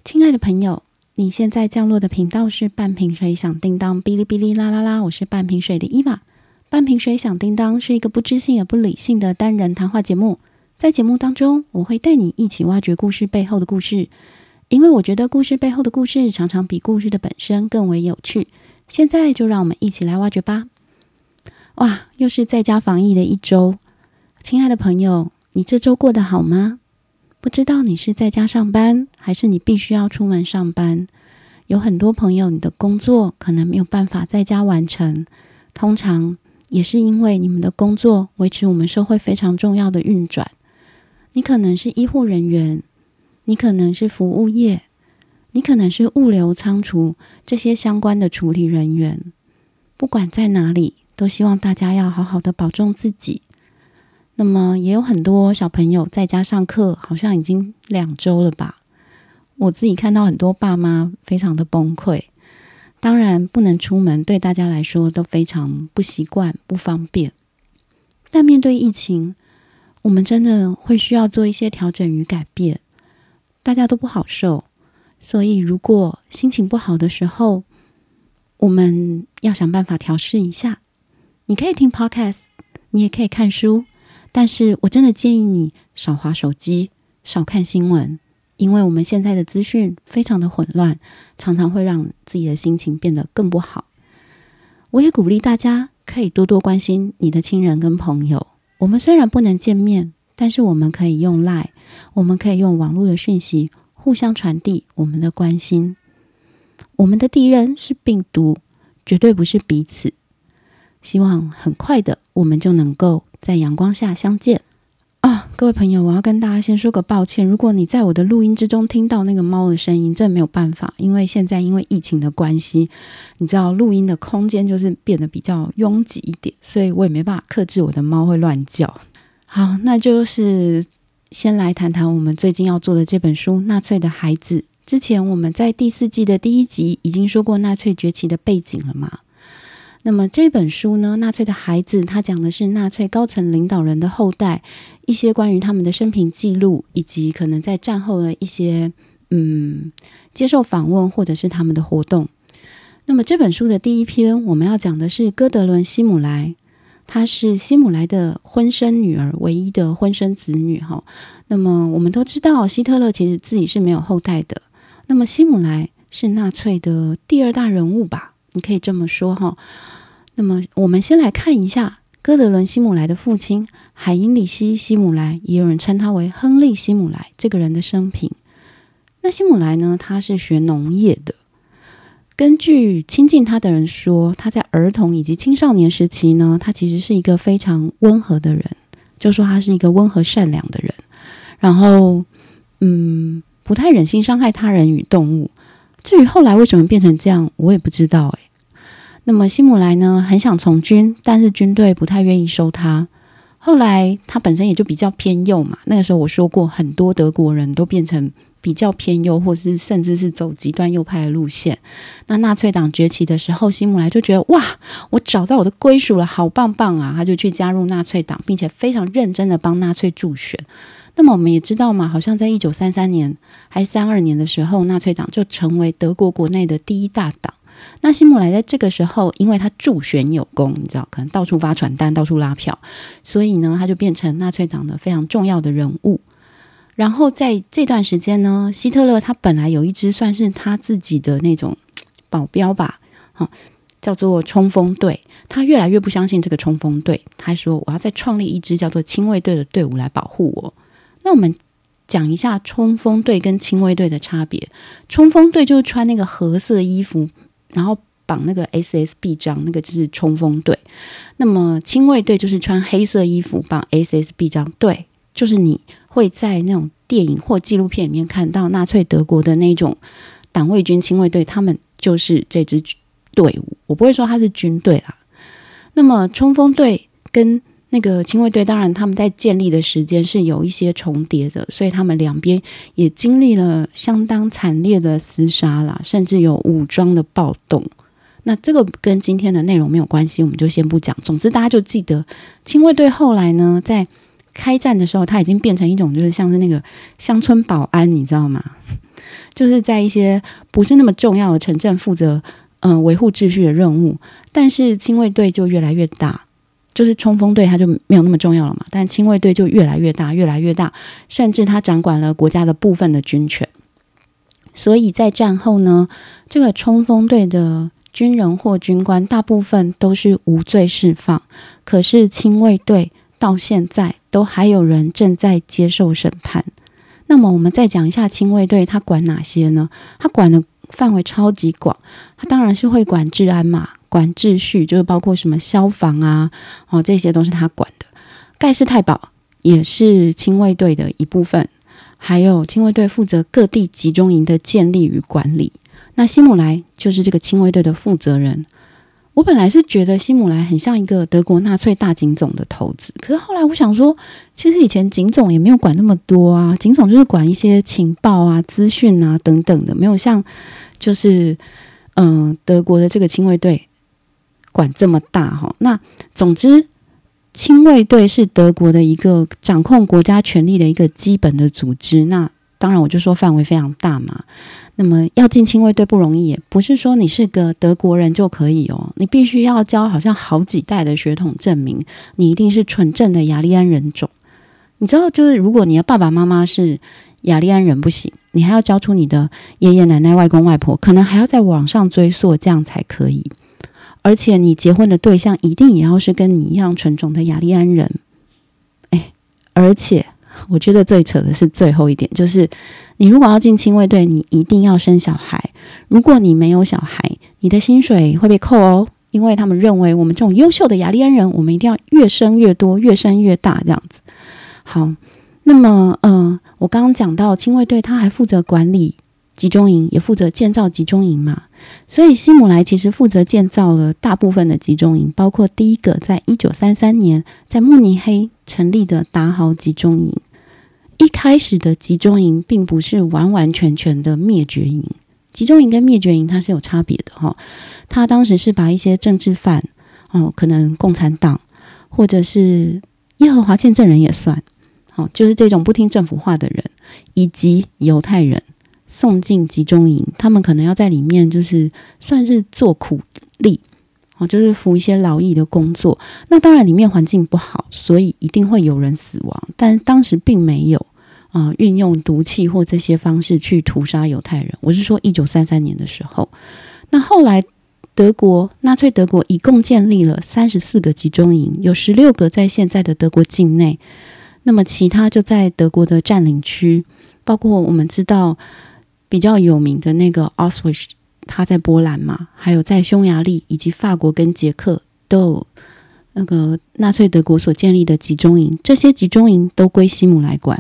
亲爱的朋友，你现在降落的频道是半瓶水响叮当，哔哩哔哩啦啦啦，我是半瓶水的伊娃。半瓶水响叮当是一个不知性也不理性的单人谈话节目，在节目当中，我会带你一起挖掘故事背后的故事，因为我觉得故事背后的故事常常比故事的本身更为有趣。现在就让我们一起来挖掘吧。哇，又是在家防疫的一周，亲爱的朋友，你这周过得好吗？不知道你是在家上班，还是你必须要出门上班。有很多朋友，你的工作可能没有办法在家完成，通常也是因为你们的工作维持我们社会非常重要的运转。你可能是医护人员，你可能是服务业，你可能是物流仓储这些相关的处理人员。不管在哪里，都希望大家要好好的保重自己。那么也有很多小朋友在家上课，好像已经2周了吧。我自己看到很多爸妈非常的崩溃。当然不能出门，对大家来说都非常不习惯、不方便。但面对疫情，我们真的会需要做一些调整与改变。大家都不好受，所以如果心情不好的时候，我们要想办法调试一下。你可以听 podcast， 你也可以看书，但是我真的建议你少滑手机，少看新闻，因为我们现在的资讯非常的混乱，常常会让自己的心情变得更不好。我也鼓励大家可以多多关心你的亲人跟朋友。我们虽然不能见面，但是我们可以用 LINE， 我们可以用网络的讯息互相传递我们的关心。我们的敌人是病毒，绝对不是彼此。希望很快的我们就能够在阳光下相见。各位朋友，我要跟大家先说个抱歉，如果你在我的录音之中听到那个猫的声音，这没有办法，因为现在因为疫情的关系，你知道录音的空间就是变得比较拥挤一点，所以我也没办法克制我的猫会乱叫。好，那就是先来谈谈我们最近要做的这本书《纳粹的孩子》。之前我们在第4季的第1集已经说过纳粹崛起的背景了嘛。那么这本书呢，《纳粹的孩子》，它讲的是纳粹高层领导人的后代，一些关于他们的生平记录，以及可能在战后的一些接受访问或者是他们的活动。那么这本书的第一篇我们要讲的是哥德伦·希姆莱，她是希姆莱的婚生女儿，唯一的婚生子女。那么我们都知道希特勒其实自己是没有后代的，那么希姆莱是纳粹的第2大人物吧，你可以这么说。那么我们先来看一下哥德伦·希姆莱的父亲海因里希·希姆莱，也有人称他为亨利·希姆莱，这个人的生平。那希姆莱呢，他是学农业的。根据亲近他的人说，他在儿童以及青少年时期呢，他其实是一个非常温和的人，就说他是一个温和善良的人，然后不太忍心伤害他人与动物。至于后来为什么变成这样，我也不知道。那么希姆莱呢，很想从军，但是军队不太愿意收他。后来他本身也就比较偏右嘛，那个时候我说过，很多德国人都变成比较偏右，或是甚至是走极端右派的路线。那纳粹党崛起的时候，希姆莱就觉得哇，我找到我的归属了，好棒棒啊！他就去加入纳粹党，并且非常认真的帮纳粹助选。那么我们也知道嘛，好像在1933年还32年的时候，纳粹党就成为德国国内的第1大党。那希姆莱在这个时候，因为他助选有功，你知道，可能到处发传单，到处拉票，所以呢，他就变成纳粹党的非常重要的人物。然后在这段时间呢，希特勒他本来有一支算是他自己的那种保镖吧，叫做冲锋队。他越来越不相信这个冲锋队，他说我要再创立一支叫做亲卫队的队伍来保护我。那我们讲一下冲锋队跟亲卫队的差别。冲锋队就是穿那个褐色衣服，然后绑那个 SS 臂章，那个就是冲锋队。那么亲卫队就是穿黑色衣服，绑 SS 臂章，对，就是你会在那种电影或纪录片里面看到纳粹德国的那种党卫军亲卫队，他们就是这支队伍。我不会说它是军队啦。那么冲锋队跟那个亲卫队，当然他们在建立的时间是有一些重叠的，所以他们两边也经历了相当惨烈的厮杀啦，甚至有武装的暴动。那这个跟今天的内容没有关系，我们就先不讲。总之大家就记得亲卫队后来呢，在开战的时候，它已经变成一种就是像是那个乡村保安，你知道吗？ 就是在一些不是那么重要的城镇负责维护秩序的任务，但是亲卫队就越来越大，就是冲锋队它就没有那么重要了嘛，但亲卫队就越来越大，越来越大，甚至它掌管了国家的部分的军权。所以在战后呢，这个冲锋队的军人或军官大部分都是无罪释放，可是亲卫队到现在都还有人正在接受审判。那么我们再讲一下亲卫队它管哪些呢？它管的范围超级广，它当然是会管治安嘛，管秩序，就是包括什么消防啊，这些都是它管的。盖世太保也是亲卫队的一部分，还有亲卫队负责各地集中营的建立与管理。那希姆莱就是这个亲卫队的负责人。我本来是觉得希姆莱很像一个德国纳粹大警总的头子，可是后来我想说，其实以前警总也没有管那么多啊，警总就是管一些情报啊、资讯啊等等的，没有像就是德国的这个亲卫队管这么大哈。那总之，亲卫队是德国的一个掌控国家权力的一个基本的组织。那当然我就说范围非常大嘛。那么要进亲卫队不容易，也不是说你是个德国人就可以哦，你必须要交好像好几代的血统证明，你一定是纯正的雅利安人种。你知道，就是如果你的爸爸妈妈是雅利安人不行，你还要交出你的爷爷奶奶、外公外婆，可能还要再往上追溯，这样才可以。而且你结婚的对象一定也要是跟你一样纯种的雅利安人。而且我觉得最扯的是最后一点，就是你如果要进亲卫队，你一定要生小孩。如果你没有小孩，你的薪水会被扣哦，因为他们认为我们这种优秀的雅利安人，我们一定要越生越多，越生越大这样子。好，那么我刚刚讲到亲卫队，他还负责管理集中营，也负责建造集中营嘛。所以希姆莱其实负责建造了大部分的集中营，包括第一个在1933年在慕尼黑成立的达豪集中营。一开始的集中营并不是完完全全的灭绝营，集中营跟灭绝营它是有差别的哈。他当时是把一些政治犯可能共产党或者是耶和华见证人也算，就是这种不听政府话的人以及犹太人送进集中营，他们可能要在里面就是算是做苦力，就是服一些劳役的工作。那当然里面环境不好，所以一定会有人死亡，但当时并没有运用毒气或这些方式去屠杀犹太人。我是说1933年的时候。那后来纳粹德国一共建立了34个集中营，有16个在现在的德国境内，那么其他就在德国的占领区，包括我们知道比较有名的那个 Auschwitz， 它在波兰嘛，还有在匈牙利以及法国跟捷克都有那个纳粹德国所建立的集中营，这些集中营都归希姆莱管。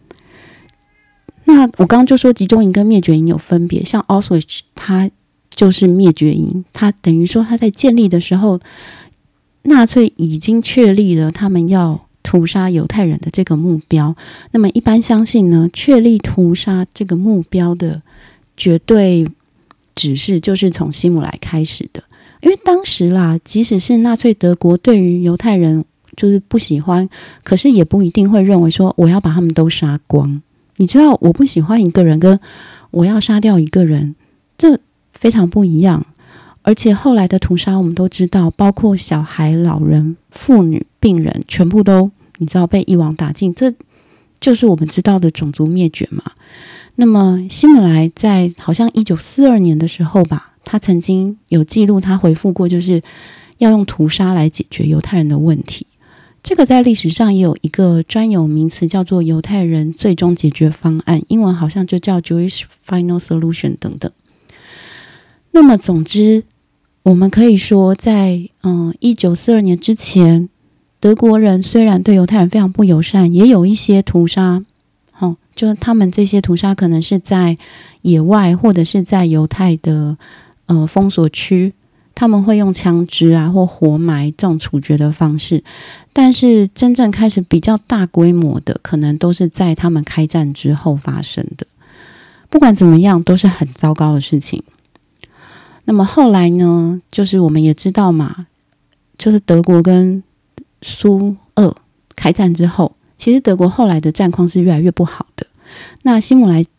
那我刚刚就说集中营跟灭绝营有分别，像 Auschwitz 它就是灭绝营，它等于说它在建立的时候，纳粹已经确立了他们要屠杀犹太人的这个目标。那么一般相信呢，确立屠杀这个目标的绝对指示就是从希姆莱开始的。因为当时啦，即使是纳粹德国对于犹太人就是不喜欢，可是也不一定会认为说我要把他们都杀光。你知道，我不喜欢一个人跟我要杀掉一个人，这非常不一样。而且后来的屠杀我们都知道，包括小孩、老人、妇女、病人，全部都你知道被一网打尽，这就是我们知道的种族灭绝嘛。那么希姆莱在好像1942年的时候吧，他曾经有记录，他回复过就是要用屠杀来解决犹太人的问题。这个在历史上也有一个专有名词叫做犹太人最终解决方案，英文好像就叫 Jewish Final Solution 等等。那么总之我们可以说在1942年之前，德国人虽然对犹太人非常不友善，也有一些屠杀，就他们这些屠杀可能是在野外或者是在犹太的封锁区，他们会用枪支啊或活埋这种处决的方式。但是真正开始比较大规模的，可能都是在他们开战之后发生的。不管怎么样，都是很糟糕的事情。那么后来呢，就是我们也知道嘛，就是德国跟苏俄开战之后，其实德国后来的战况是越来越不好的。那希姆莱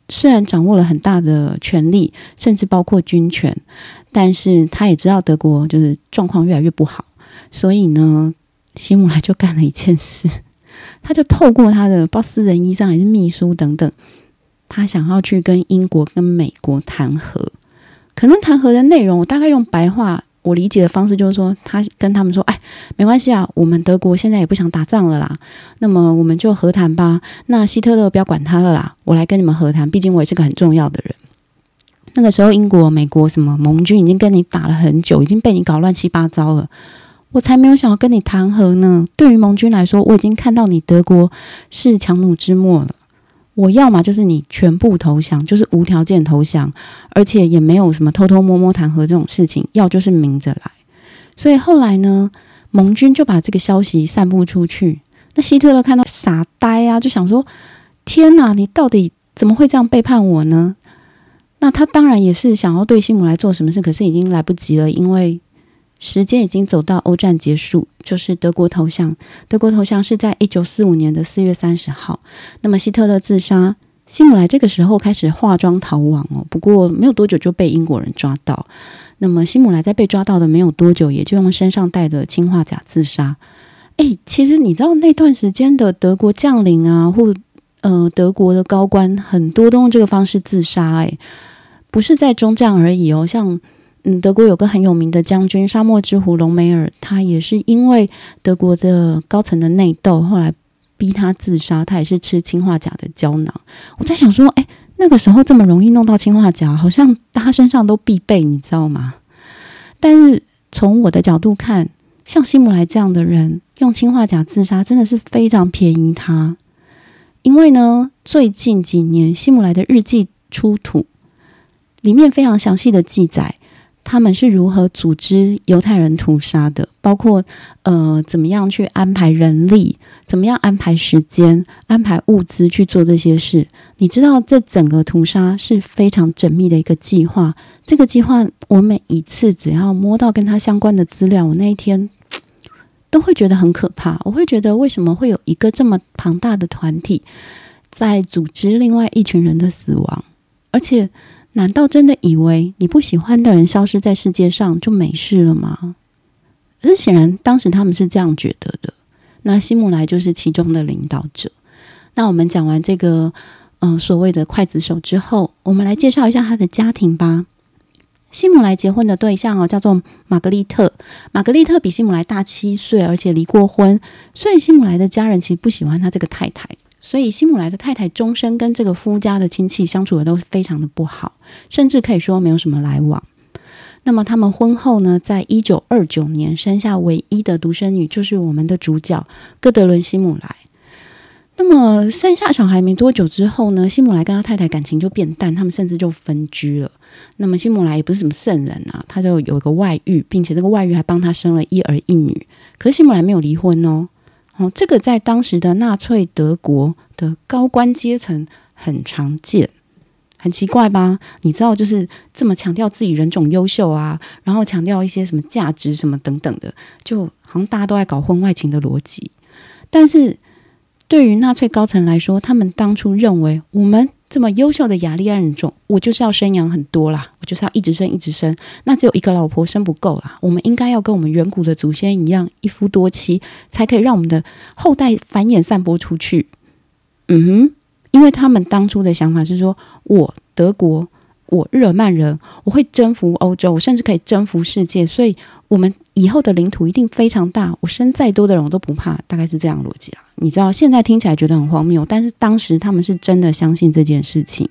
虽然掌握了很大的权力，甚至包括军权，但是他也知道德国就是状况越来越不好，所以呢，希姆莱就干了一件事，他就透过他的不知道私人医生还是秘书等等，他想要去跟英国跟美国谈和。可能谈和的内容，我大概用白话我理解的方式就是说，他跟他们说，没关系啊，我们德国现在也不想打仗了啦，那么我们就和谈吧，那希特勒不要管他了啦，我来跟你们和谈，毕竟我也是个很重要的人。那个时候英国美国什么盟军已经跟你打了很久，已经被你搞乱七八糟了，我才没有想要跟你谈和呢。对于盟军来说，我已经看到你德国是强弩之末了，我要嘛就是你全部投降，就是无条件投降，而且也没有什么偷偷摸摸谈和这种事情，要就是明着来。所以后来呢，盟军就把这个消息散布出去，那希特勒看到傻呆啊，就想说天哪，你到底怎么会这样背叛我呢？那他当然也是想要对希姆莱做什么事，可是已经来不及了，因为时间已经走到欧战结束，就是德国投降。德国投降是在1945年的4月30号。那么希特勒自杀，希姆莱这个时候开始化妆逃亡哦，不过没有多久就被英国人抓到。那么希姆莱在被抓到的没有多久，也就用身上带的氰化钾自杀。其实你知道那段时间的德国将领啊，或德国的高官很多都用这个方式自杀，不是在中战而已哦，像德国有个很有名的将军沙漠之狐隆美尔，他也是因为德国的高层的内斗，后来逼他自杀，他也是吃氰化钾的胶囊。我在想说，那个时候这么容易弄到氰化钾，好像他身上都必备，你知道吗？但是从我的角度看，像希姆莱这样的人用氰化钾自杀，真的是非常便宜他。因为呢，最近几年希姆莱的日记出土，里面非常详细的记载他们是如何组织犹太人屠杀的，包括怎么样去安排人力，怎么样安排时间，安排物资去做这些事。你知道这整个屠杀是非常缜密的一个计划，这个计划我每一次只要摸到跟它相关的资料，我那一天都会觉得很可怕。我会觉得为什么会有一个这么庞大的团体在组织另外一群人的死亡，而且难道真的以为你不喜欢的人消失在世界上就没事了吗？可是显然当时他们是这样觉得的。那希姆莱就是其中的领导者。那我们讲完这个所谓的刽子手之后，我们来介绍一下他的家庭吧。希姆莱结婚的对象叫做玛格丽特。玛格丽特比希姆莱大7岁，而且离过婚，所以希姆莱的家人其实不喜欢他这个太太。所以希姆莱的太太终身跟这个夫家的亲戚相处的都非常的不好，甚至可以说没有什么来往。那么他们婚后呢，在1929年生下唯一的独生女，就是我们的主角哥德伦·希姆莱。那么生下小孩没多久之后呢，希姆莱跟他太太感情就变淡，他们甚至就分居了。那么希姆莱也不是什么圣人啊，他就有一个外遇，并且这个外遇还帮他生了1儿1女。可是希姆莱没有离婚哦。这个在当时的纳粹德国的高官阶层很常见，很奇怪吧？你知道，就是这么强调自己人种优秀啊，然后强调一些什么价值什么等等的，就好像大家都在搞婚外情的逻辑。但是对于纳粹高层来说，他们当初认为我们这么优秀的雅利安人种，我就是要生养很多啦，我就是要一直生一直生，那只有一个老婆生不够啦，我们应该要跟我们远古的祖先一样，一夫多妻，才可以让我们的后代繁衍散播出去。因为他们当初的想法是说，我德国，我日耳曼人，我会征服欧洲，我甚至可以征服世界，所以我们以后的领土一定非常大，我生再多的人我都不怕，大概是这样的逻辑啦。你知道现在听起来觉得很荒谬，但是当时他们是真的相信这件事情。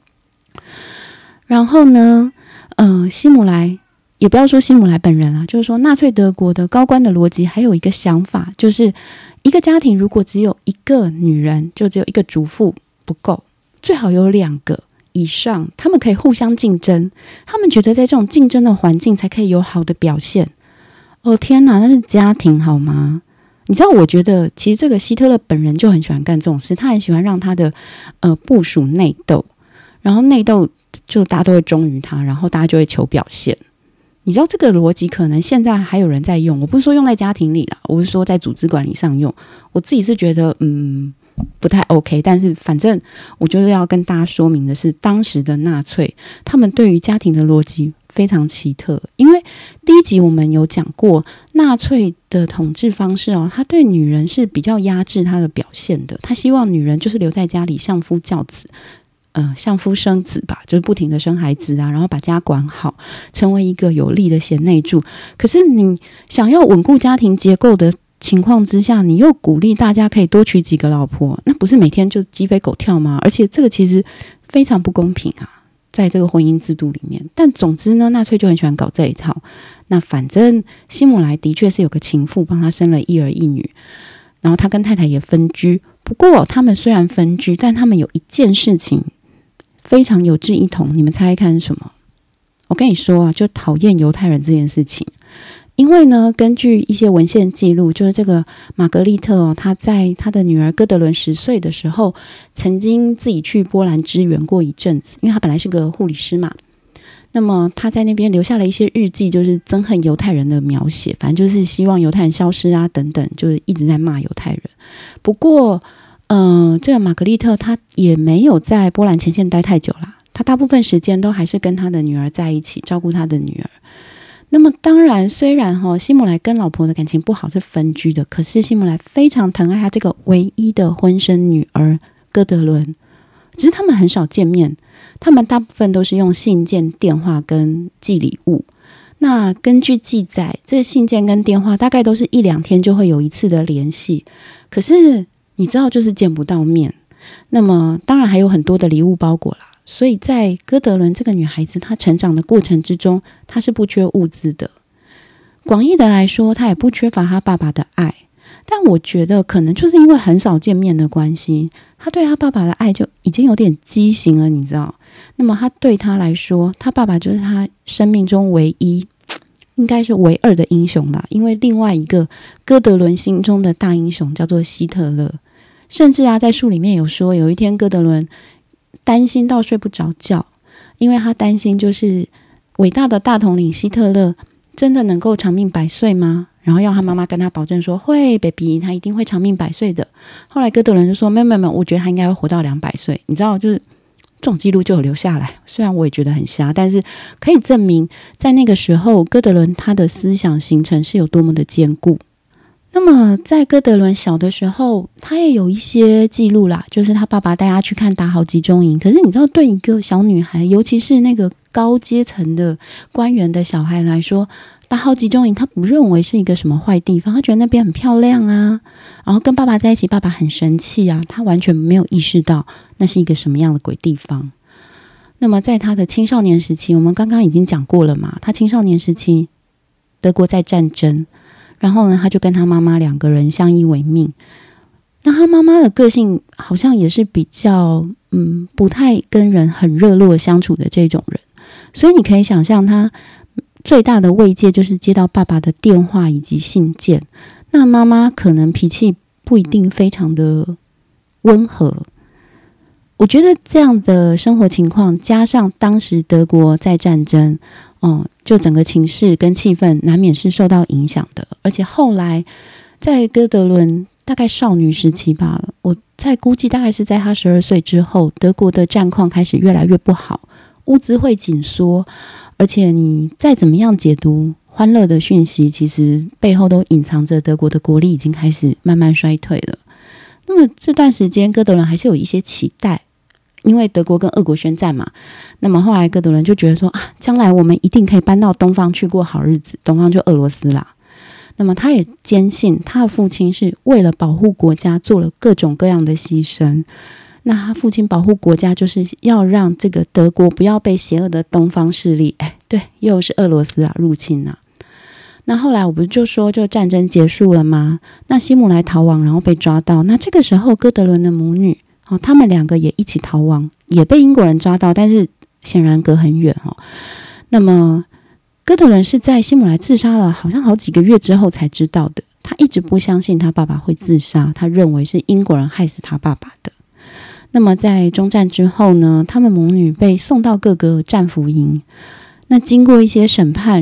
然后呢希姆莱，也不要说希姆莱本人啦，就是说纳粹德国的高官的逻辑还有一个想法，就是一个家庭如果只有一个女人，就只有一个主妇不够，最好有2个以上，他们可以互相竞争，他们觉得在这种竞争的环境才可以有好的表现。天哪，那是家庭好吗？你知道，我觉得其实这个希特勒本人就很喜欢干这种事，他很喜欢让他的部属内斗，然后内斗就大家都会忠于他，然后大家就会求表现。你知道这个逻辑可能现在还有人在用，我不是说用在家庭里啦，我是说在组织管理上用。我自己是觉得不太 OK， 但是反正我就是要跟大家说明的是，当时的纳粹他们对于家庭的逻辑非常奇特。因为第一集我们有讲过，纳粹的统治方式他对女人是比较压制她的表现的，他希望女人就是留在家里相夫教子，相夫生子吧，就是不停的生孩子啊，然后把家管好，成为一个有力的贤内助。可是你想要稳固家庭结构的情况之下，你又鼓励大家可以多娶几个老婆，那不是每天就鸡飞狗跳吗？而且这个其实非常不公平啊，在这个婚姻制度里面。但总之呢，纳粹就很喜欢搞这一套。那反正希姆莱的确是有个情妇帮他生了一儿一女，然后他跟太太也分居。不过他们虽然分居，但他们有一件事情非常有志一同，你们猜猜看是什么？我跟你说啊，就讨厌犹太人这件事情。因为呢，根据一些文献记录，就是这个玛格丽特她在她的女儿哥德伦10岁的时候，曾经自己去波兰支援过一阵子，因为她本来是个护理师嘛。那么她在那边留下了一些日记，就是憎恨犹太人的描写，反正就是希望犹太人消失啊等等，就是一直在骂犹太人。不过这个玛格丽特她也没有在波兰前线待太久啦，她大部分时间都还是跟她的女儿在一起，照顾她的女儿。那么当然，虽然希姆莱跟老婆的感情不好，是分居的，可是希姆莱非常疼爱他这个唯一的婚生女儿哥德伦，只是他们很少见面，他们大部分都是用信件、电话跟寄礼物。那根据记载，这个信件跟电话大概都是1-2天就会有一次的联系，可是你知道就是见不到面。那么当然还有很多的礼物包裹啦，所以在哥德伦这个女孩子她成长的过程之中，她是不缺物资的。广义的来说，她也不缺乏她爸爸的爱，但我觉得可能就是因为很少见面的关系，她对她爸爸的爱就已经有点畸形了，你知道。那么她对她来说，她爸爸就是她生命中唯一，应该是唯二的英雄啦，因为另外一个哥德伦心中的大英雄叫做希特勒。甚至在书里面有说，有一天哥德伦担心到睡不着觉，因为他担心就是伟大的大统领希特勒真的能够长命100岁吗？然后要他妈妈跟他保证说会 baby 他一定会长命100岁的。后来哥德伦就说没有，我觉得他应该会活到200岁。你知道，就是这种记录就有留下来，虽然我也觉得很瞎，但是可以证明在那个时候哥德伦他的思想形成是有多么的坚固。那么在哥德伦小的时候，他也有一些记录啦，就是他爸爸带他去看达豪集中营。可是你知道，对一个小女孩，尤其是那个高阶层的官员的小孩来说，达豪集中营他不认为是一个什么坏地方，他觉得那边很漂亮啊，然后跟爸爸在一起，爸爸很生气啊，他完全没有意识到那是一个什么样的鬼地方。那么在他的青少年时期，我们刚刚已经讲过了嘛，他青少年时期德国在战争，然后呢，他就跟他妈妈2个人相依为命。那他妈妈的个性好像也是比较不太跟人很热络相处的这种人，所以你可以想象他最大的慰藉就是接到爸爸的电话以及信件。那妈妈可能脾气不一定非常的温和。我觉得这样的生活情况，加上当时德国在战争，就整个情势跟气氛难免是受到影响的。而且后来在哥德伦大概少女时期吧，我在估计大概是在她12岁之后，德国的战况开始越来越不好，物资会紧缩，而且你再怎么样解读欢乐的讯息，其实背后都隐藏着德国的国力已经开始慢慢衰退了。那么这段时间哥德伦还是有一些期待，因为德国跟俄国宣战嘛，那么后来哥德伦就觉得说将来我们一定可以搬到东方去过好日子，东方就俄罗斯啦。那么他也坚信他的父亲是为了保护国家做了各种各样的牺牲，那他父亲保护国家就是要让这个德国不要被邪恶的东方势力，对，又是俄罗斯入侵啊。那后来我不是就说就战争结束了吗？那希姆莱逃亡然后被抓到，那这个时候哥德伦的母女他们2个也一起逃亡，也被英国人抓到，但是显然隔很远那么哥德伦是在希姆莱自杀了好像好几个月之后才知道的，他一直不相信他爸爸会自杀，他认为是英国人害死他爸爸的。那么在中战之后呢，他们母女被送到各个战俘营，那经过一些审判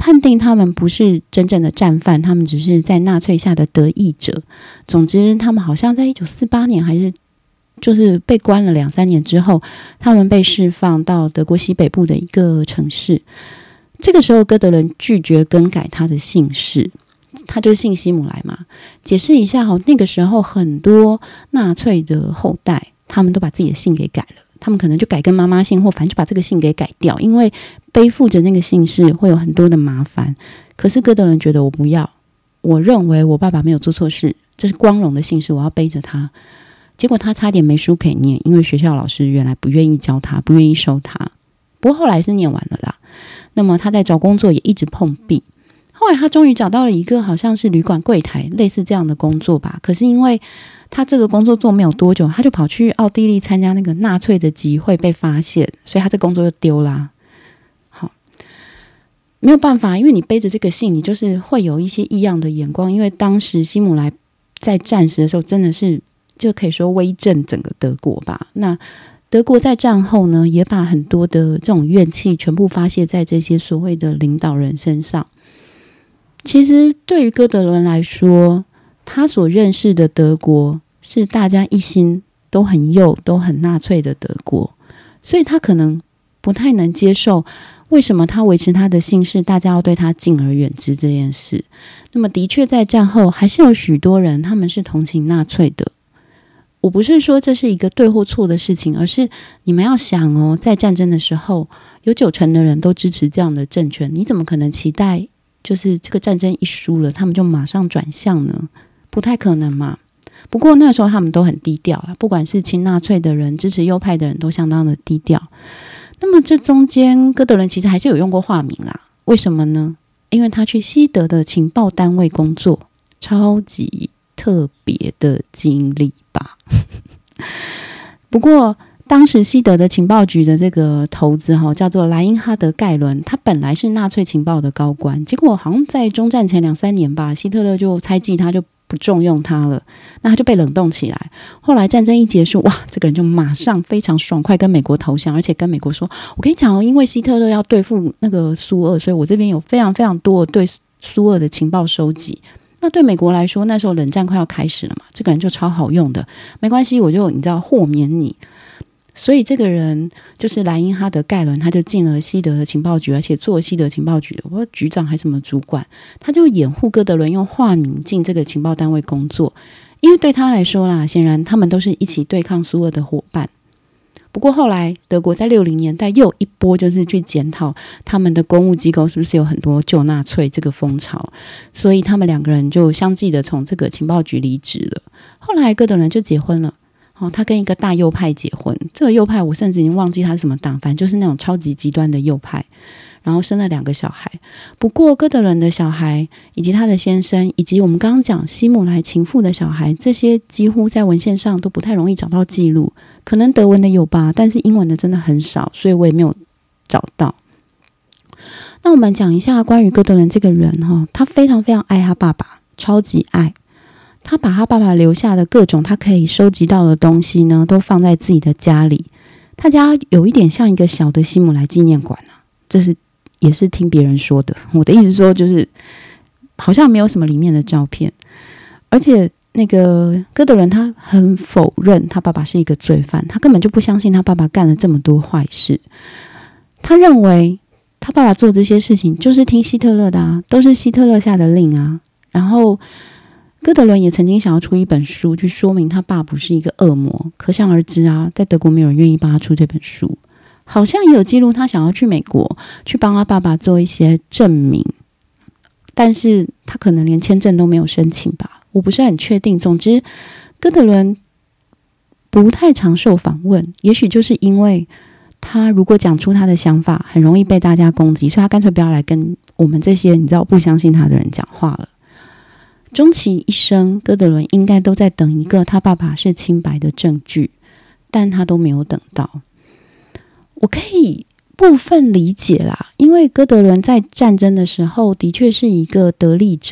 判定他们不是真正的战犯，他们只是在纳粹下的得益者。总之他们好像在1948年还是就是被关了2-3年之后，他们被释放到德国西北部的一个城市。这个时候哥德伦拒绝更改他的姓氏，他就姓希姆莱嘛。解释一下那个时候很多纳粹的后代他们都把自己的姓给改了，他们可能就改跟妈妈姓，或反正就把这个姓给改掉，因为背负着那个姓氏会有很多的麻烦。可是哥德伦觉得我不要，我认为我爸爸没有做错事，这是光荣的姓氏，我要背着他。结果他差点没书可以念，因为学校老师原来不愿意教他，不愿意收他。不过后来是念完了啦。那么他在找工作也一直碰壁，后来他终于找到了一个好像是旅馆柜台类似这样的工作吧。可是因为他这个工作做没有多久，他就跑去奥地利参加那个纳粹的集会被发现，所以他这工作就丢啦。好，没有办法，因为你背着这个姓，你就是会有一些异样的眼光。因为当时希姆莱在战时的时候真的是就可以说威震整个德国吧。那德国在战后呢，也把很多的这种怨气全部发泄在这些所谓的领导人身上。其实对于哥德伦来说，他所认识的德国是大家一心都很右都很纳粹的德国，所以他可能不太能接受为什么他维持他的姓氏，大家要对他敬而远之这件事。那么的确在战后还是有许多人他们是同情纳粹的。我不是说这是一个对或错的事情，而是你们要想在战争的时候有90%的人都支持这样的政权，你怎么可能期待就是这个战争一输了他们就马上转向呢？不太可能嘛。不过那时候他们都很低调啦，不管是亲纳粹的人支持右派的人都相当的低调。那么这中间哥德伦其实还是有用过化名啦，为什么呢？因为他去西德的情报单位工作，超级特别的经历吧。不过当时西德的情报局的这个头子叫做莱因哈德·盖伦，他本来是纳粹情报的高官，结果好像在中战前2-3年吧，希特勒就猜忌他，就不重用他了，那他就被冷冻起来。后来战争一结束，哇，这个人就马上非常爽快跟美国投降，而且跟美国说，我跟你讲因为希特勒要对付那个苏俄，所以我这边有非常非常多的对苏俄的情报收集。那对美国来说，那时候冷战快要开始了嘛，这个人就超好用的，没关系，我就你知道豁免你。所以这个人就是莱因哈德·盖伦，他就进了西德的情报局，而且做了西德情报局的局长还是什么主管，他就掩护哥德伦用化名进这个情报单位工作。因为对他来说啦，显然他们都是一起对抗苏俄的伙伴。不过后来德国在60年代又有一波就是去检讨他们的公务机构是不是有很多旧纳粹这个风潮，所以他们2个人就相继的从这个情报局离职了。后来哥德伦就结婚了，他跟一个大右派结婚，这个右派我甚至已经忘记他是什么党，反正就是那种超级极端的右派，然后生了2个小孩。不过哥德伦的小孩以及他的先生以及我们刚刚讲希姆莱情妇的小孩，这些几乎在文献上都不太容易找到记录，可能德文的有吧，但是英文的真的很少，所以我也没有找到。那我们讲一下关于哥德伦这个人他非常非常爱他爸爸，超级爱。他把他爸爸留下的各种他可以收集到的东西呢，都放在自己的家里。他家有一点像一个小的希姆莱纪念馆啊，这是也是听别人说的。我的意思说就是好像没有什么里面的照片，而且那个哥德伦他很否认他爸爸是一个罪犯，他根本就不相信他爸爸干了这么多坏事。他认为他爸爸做这些事情就是听希特勒的啊，都是希特勒下的令啊。然后哥德伦也曾经想要出一本书去说明他爸不是一个恶魔，可想而知啊，在德国没有人愿意帮他出这本书。好像也有记录他想要去美国去帮他爸爸做一些证明，但是他可能连签证都没有申请吧，我不是很确定。总之哥德伦不太常受访问，也许就是因为他如果讲出他的想法很容易被大家攻击，所以他干脆不要来跟我们这些你知道不相信他的人讲话了。终其一生，哥德伦应该都在等一个他爸爸是清白的证据，但他都没有等到。我可以部分理解啦，因为哥德伦在战争的时候的确是一个得利者，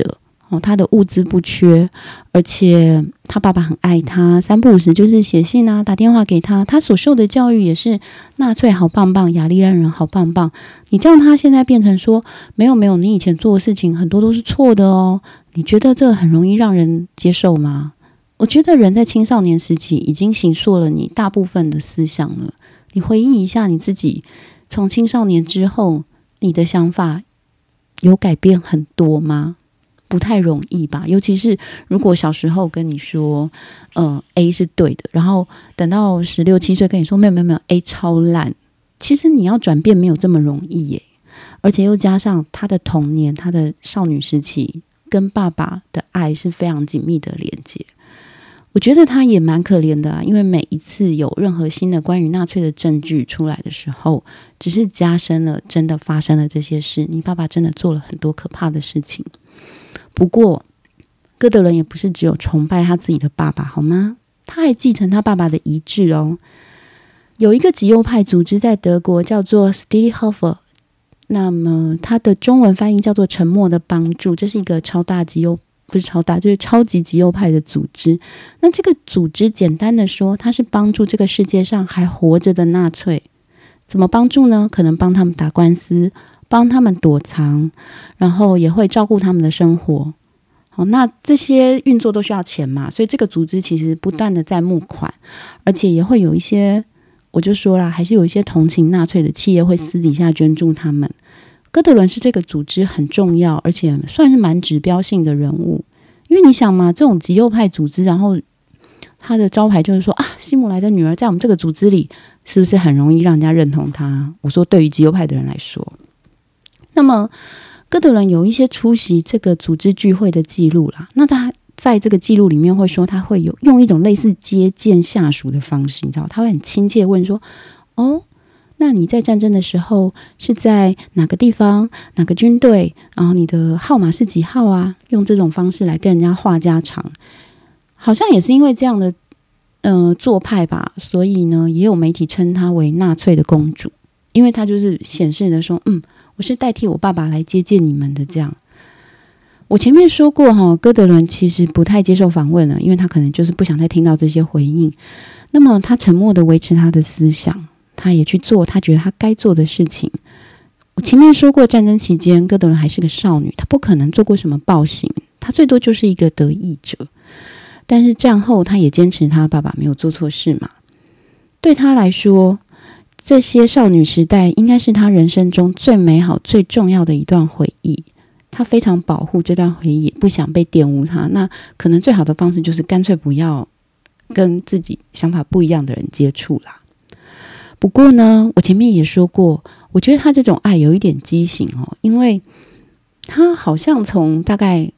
他的物资不缺，而且他爸爸很爱他，三不五时就是写信啊，打电话给他。他所受的教育也是纳粹好棒棒，雅利安人好棒棒。你这样他现在变成说没有，你以前做的事情很多都是错的哦。你觉得这个很容易让人接受吗？我觉得人在青少年时期已经形塑了你大部分的思想了。你回忆一下你自己，从青少年之后，你的想法有改变很多吗？不太容易吧，尤其是如果小时候跟你说A 是对的，然后等到16、17岁跟你说没有 A 超烂，其实你要转变没有这么容易耶。而且又加上他的童年，他的少女时期跟爸爸的爱是非常紧密的连接。我觉得他也蛮可怜的啊，因为每一次有任何新的关于纳粹的证据出来的时候，只是加深了真的发生了这些事，你爸爸真的做了很多可怕的事情。不过哥德伦也不是只有崇拜他自己的爸爸好吗？他还继承他爸爸的遗志哦。有一个极右派组织在德国叫做 Stillhofer， 那么它的中文翻译叫做沉默的帮助，这是一个超大极右，不是超大，就是超级极右派的组织。那这个组织简单的说，它是帮助这个世界上还活着的纳粹。怎么帮助呢？可能帮他们打官司，帮他们躲藏，然后也会照顾他们的生活。那这些运作都需要钱嘛，所以这个组织其实不断的在募款，而且也会有一些，我就说啦，还是有一些同情纳粹的企业会私底下捐助他们。哥德伦是这个组织很重要，而且算是蛮指标性的人物。因为你想嘛，这种极右派组织，然后他的招牌就是说啊，希姆莱的女儿在我们这个组织里，是不是很容易让人家认同他？我说对于极右派的人来说，那么哥德伦有一些出席这个组织聚会的记录啦。那他在这个记录里面会说，他会有用一种类似接见下属的方式，你知道，他会很亲切问说，哦，那你在战争的时候是在哪个地方，哪个军队，然后你的号码是几号啊？用这种方式来跟人家话家常。好像也是因为这样的做派吧，所以呢也有媒体称她为纳粹的公主，因为她就是显示的说，我是代替我爸爸来接见你们的这样。我前面说过哥德伦其实不太接受访问了，因为他可能就是不想再听到这些回应。那么他沉默的维持他的思想，他也去做他觉得他该做的事情。我前面说过，战争期间哥德伦还是个少女，她不可能做过什么暴行，她最多就是一个得益者。但是战后他也坚持他爸爸没有做错事嘛。对他来说，这些少女时代应该是他人生中最美好最重要的一段回忆。他非常保护这段回忆，不想被玷污它。那可能最好的方式就是干脆不要跟自己想法不一样的人接触啦。不过呢，我前面也说过，我觉得他这种爱有一点畸形因为他好像从大概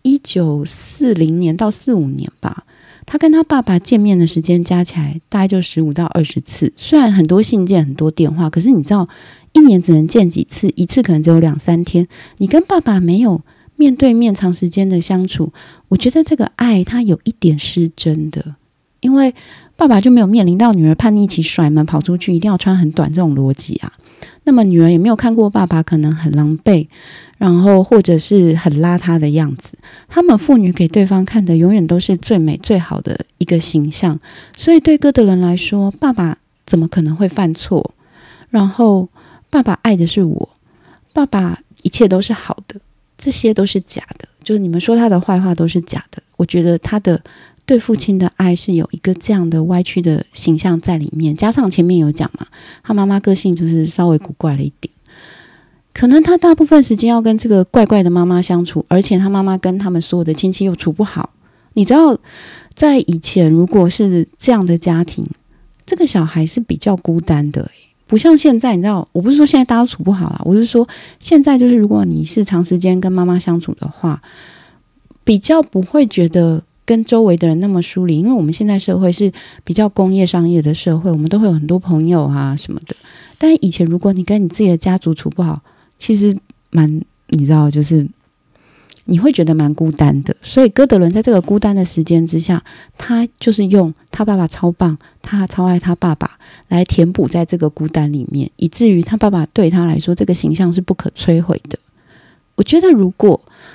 1940年到45年吧，他跟他爸爸见面的时间加起来大概就15到20次。虽然很多信件很多电话，可是你知道一年只能见几次，一次可能只有2-3天。你跟爸爸没有面对面长时间的相处，我觉得这个爱它有一点失真的。因为爸爸就没有面临到女儿叛逆期甩门跑出去一定要穿很短这种逻辑啊。那么女儿也没有看过爸爸可能很狼狈，然后或者是很邋遢的样子。他们父女给对方看的永远都是最美最好的一个形象。所以对哥德伦来说，爸爸怎么可能会犯错？然后爸爸爱的是我，爸爸一切都是好的，这些都是假的，就是你们说他的坏话都是假的。我觉得他的对父亲的爱是有一个这样的歪曲的形象在里面，加上前面有讲嘛，他妈妈个性就是稍微古怪了一点，可能他大部分时间要跟这个怪怪的妈妈相处，而且他妈妈跟他们所有的亲戚又处不好。你知道在以前如果是这样的家庭，这个小孩是比较孤单的不像现在，你知道，我不是说现在大家都处不好啦，我是说现在就是如果你是长时间跟妈妈相处的话，比较不会觉得跟周围的人那么疏离。因为我们现在社会是比较工业商业的社会，我们都会有很多朋友啊什么的。但以前如果你跟你自己的家族处不好，其实你知道，就是你会觉得蛮孤单的。所以哥德伦在这个孤单的时间之下，他就是用他爸爸超棒，他超爱他爸爸来填补在这个孤单里面，以至于他爸爸对他来说这个形象是不可摧毁的。我觉得如果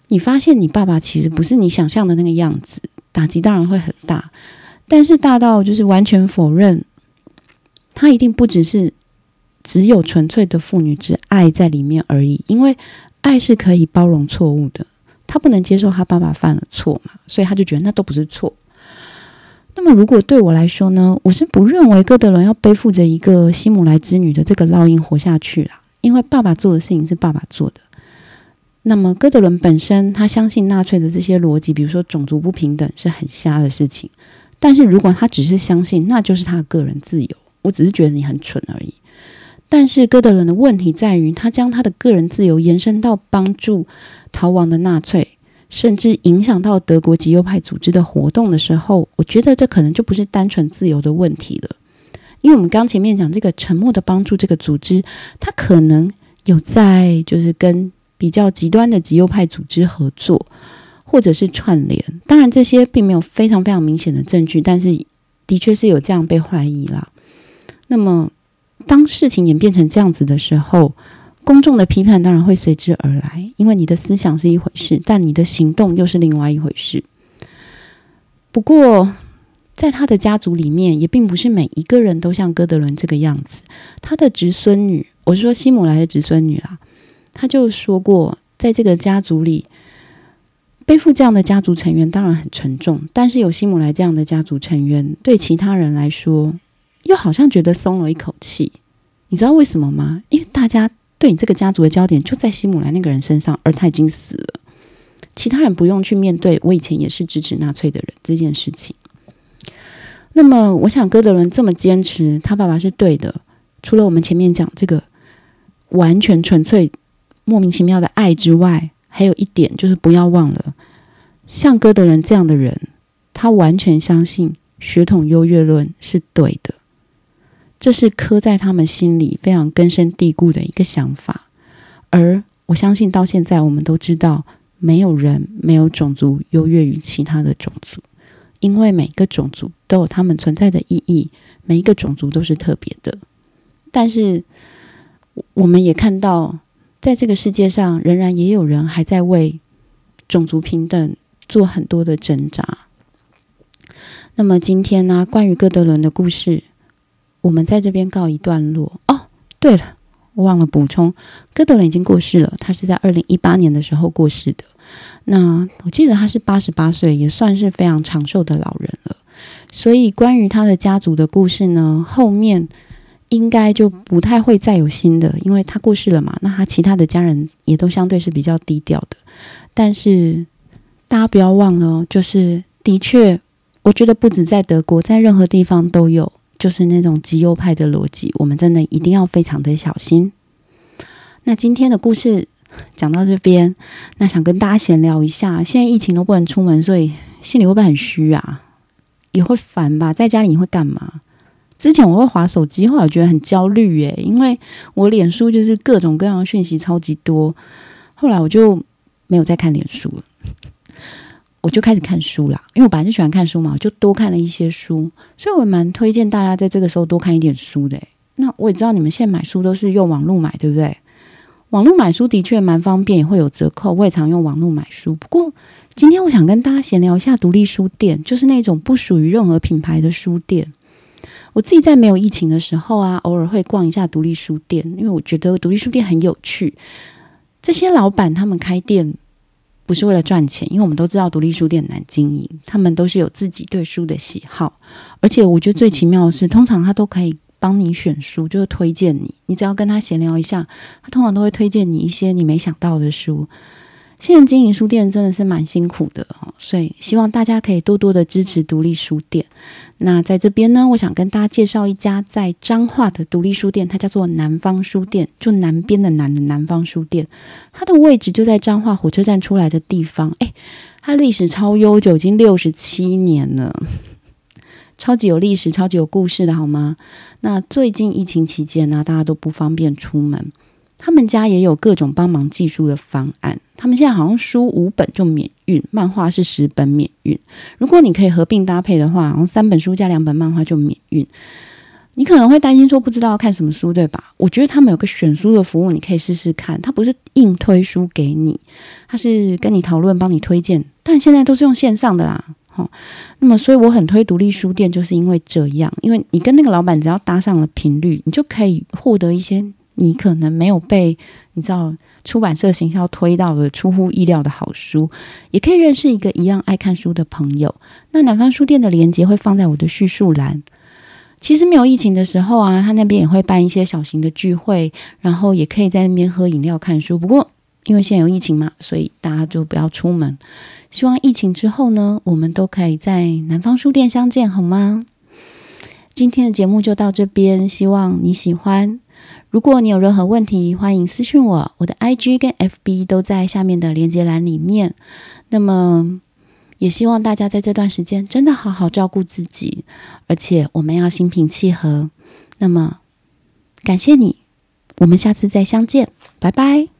你发现你爸爸其实不是你想象的那个样子，打击当然会很大，但是大到就是完全否认他一定不只有纯粹的父女之爱在里面而已，因为爱是可以包容错误的，他不能接受他爸爸犯了错嘛，所以他就觉得那都不是错。那么如果对我来说呢，我是不认为哥德伦要背负着一个希姆莱之女的这个烙印活下去啦，因为爸爸做的事情是爸爸做的。那么哥德伦本身他相信纳粹的这些逻辑，比如说种族不平等是很瞎的事情，但是如果他只是相信，那就是他的个人自由，我只是觉得你很蠢而已。但是哥德伦的问题在于，他将他的个人自由延伸到帮助逃亡的纳粹，甚至影响到德国极右派组织的活动的时候，我觉得这可能就不是单纯自由的问题了。因为我们刚前面讲这个沉默的帮助这个组织，它可能有在就是跟比较极端的极右派组织合作，或者是串联。当然这些并没有非常非常明显的证据，但是的确是有这样被怀疑啦。那么当事情演变成这样子的时候，公众的批判当然会随之而来，因为你的思想是一回事，但你的行动又是另外一回事。不过在他的家族里面，也并不是每一个人都像哥德伦这个样子。他的侄孙女，我是说希姆莱的侄孙女啦，他就说过，在这个家族里背负这样的家族成员当然很沉重，但是有希姆莱这样的家族成员，对其他人来说又好像觉得松了一口气。你知道为什么吗？因为大家对你这个家族的焦点就在希姆莱那个人身上，而他已经死了，其他人不用去面对我以前也是支持纳粹的人这件事情。那么我想哥德伦这么坚持他爸爸是对的，除了我们前面讲这个完全纯粹莫名其妙的爱之外，还有一点就是不要忘了，像哥德伦这样的人，他完全相信血统优越论是对的，这是刻在他们心里非常根深蒂固的一个想法。而我相信到现在我们都知道，没有人没有种族优越于其他的种族，因为每个种族都有他们存在的意义，每一个种族都是特别的。但是我们也看到，在这个世界上仍然也有人还在为种族平等做很多的挣扎。那么今天呢，关于哥德伦的故事我们在这边告一段落。哦，对了，我忘了补充，哥德伦已经过世了，他是在2018年的时候过世的。那我记得他是88岁，也算是非常长寿的老人了。所以关于他的家族的故事呢，后面应该就不太会再有新的，因为他过世了嘛，那他其他的家人也都相对是比较低调的。但是大家不要忘了哦，就是的确我觉得不止在德国，在任何地方都有就是那种极右派的逻辑，我们真的一定要非常的小心。那今天的故事讲到这边，那想跟大家闲聊一下，现在疫情都不能出门，所以心里会不会很虚啊？也会烦吧？在家里你会干嘛？之前我会滑手机，后来我觉得很焦虑耶，因为我脸书就是各种各样的讯息超级多，后来我就没有再看脸书了，我就开始看书啦。因为我本来就喜欢看书嘛，我就多看了一些书，所以我蛮推荐大家在这个时候多看一点书的耶。那我也知道你们现在买书都是用网络买，对不对？网络买书的确蛮方便，也会有折扣，我也常用网络买书。不过今天我想跟大家闲聊一下独立书店，就是那种不属于任何品牌的书店。我自己在没有疫情的时候啊，偶尔会逛一下独立书店，因为我觉得独立书店很有趣。这些老板他们开店不是为了赚钱，因为我们都知道独立书店难经营，他们都是有自己对书的喜好。而且我觉得最奇妙的是，通常他都可以帮你选书，就是推荐你，你只要跟他闲聊一下，他通常都会推荐你一些你没想到的书。现在经营书店真的是蛮辛苦的，所以希望大家可以多多的支持独立书店。那在这边呢，我想跟大家介绍一家在彰化的独立书店，它叫做南方书店，就南边的南的南方书店。它的位置就在彰化火车站出来的地方，它历史超悠久，已经67年了，超级有历史，超级有故事的好吗？那最近疫情期间呢，大家都不方便出门，他们家也有各种帮忙寄书的方案。他们现在好像书5本就免运，漫画是10本免运。如果你可以合并搭配的话，好像3本书加2本漫画就免运。 你可能会担心说不知道要看什么书，对吧？我觉得他们有个选书的服务，你可以试试看。他不是硬推书给你，他是跟你讨论，帮你推荐。但现在都是用线上的啦，那么所以我很推独立书店，就是因为这样，因为你跟那个老板只要搭上了频率，你就可以获得一些你可能没有被你知道出版社行销推到的出乎意料的好书，也可以认识一个一样爱看书的朋友。那南方书店的连结会放在我的叙述栏。其实没有疫情的时候啊，他那边也会办一些小型的聚会，然后也可以在那边喝饮料看书。不过因为现在有疫情嘛，所以大家就不要出门。希望疫情之后呢，我们都可以在南方书店相见，好吗？今天的节目就到这边，希望你喜欢。如果你有任何问题，欢迎私讯我，我的 IG 跟 FB 都在下面的连结栏里面。那么也希望大家在这段时间真的好好照顾自己，而且我们要心平气和。那么感谢你，我们下次再相见，拜拜。